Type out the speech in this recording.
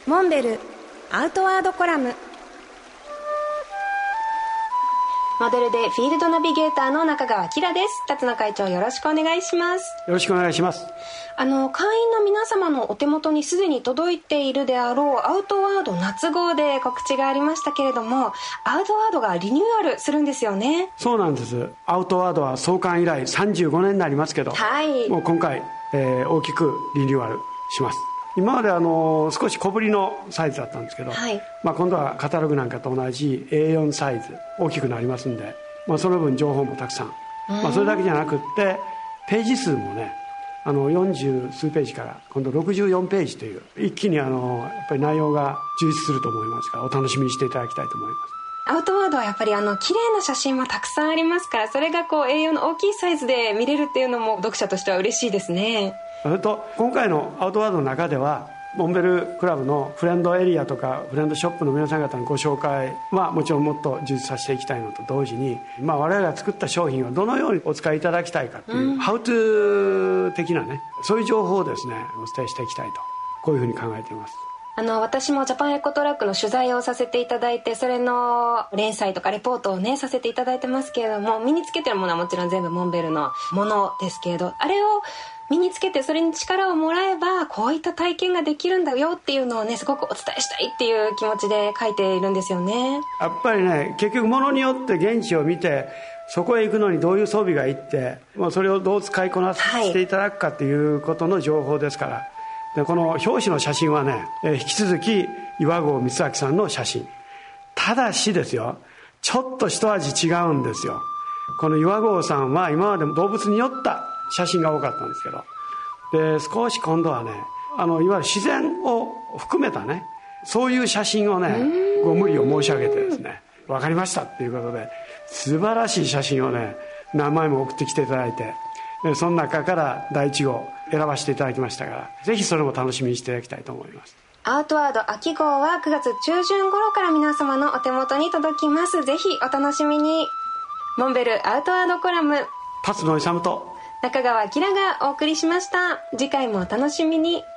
モンベルアウトワードコラム。モデルでフィールドナビゲーターの中川きらです。辰野会長、よろしくお願いします。 よろしくお願いします。 会員の皆様のお手元にすでに届いているであろうアウトワード夏号で告知がありましたけれども、アウトワードがリニューアルするんですよね。 そうなんです。アウトワードは創刊以来35年になりますけど、 はい、 もう今回、大きくリニューアルします。今まで少し小ぶりのサイズだったんですけど、 はい、 今度はカタログなんかと同じ A4 サイズ大きくなりますんで、その分情報もたくさん、それだけじゃなくってページ数もね、40数ページから今度64ページという、一気にやっぱり内容が充実すると思いますから、お楽しみにしていただきたいと思います。 アウトワードはやっぱり綺麗な写真もたくさんありますから、それがA4 の大きいサイズで見れるっていうのも読者としては嬉しいですね。 それと今回のアウトワードの中では、モンベルクラブのフレンドエリアとかフレンドショップの皆さん方のご紹介はもちろんもっと充実させていきたいのと同時に、我々が作った商品をどのようにお使いいただきたいかという、ハウトゥー的なね、そういう情報をですねお伝えしていきたいと、こういうふうに考えています。 私もジャパンエコトラックの取材をさせていただいて、それの連載とかレポートをねさせていただいてますけれども、身につけてるものはもちろん全部モンベルのものですけれど、あれを身につけてそれに力をもらえばこういった体験ができるんだよっていうのをね、すごくお伝えしたいっていう気持ちで書いているんですよね。 やっぱりね、結局物によって現地を見て、そこへ行くのにどういう装備がいって、それをどう使いこなしていただくかっていうことの情報ですから、でこの表紙の写真はね、引き続き岩合光明さんの写真。ただしですよ、ちょっと一味違うんですよ。この岩合さんは今までも動物に寄った写真が多かったんですけど、で少し今度はね、いわゆる自然を含めたね、そういう写真をねご無理を申し上げてですね、分かりましたっていうことで素晴らしい写真をね何枚も送ってきていただいて、その中から第1号選ばせていただきましたから、ぜひそれも楽しみにしていただきたいと思います。 アウトワード秋号は9月中旬頃から皆様のお手元に届きます。ぜひお楽しみに。モンベルアウトワードコラム、 辰野勇と中川きらがお送りしました。次回もお楽しみに。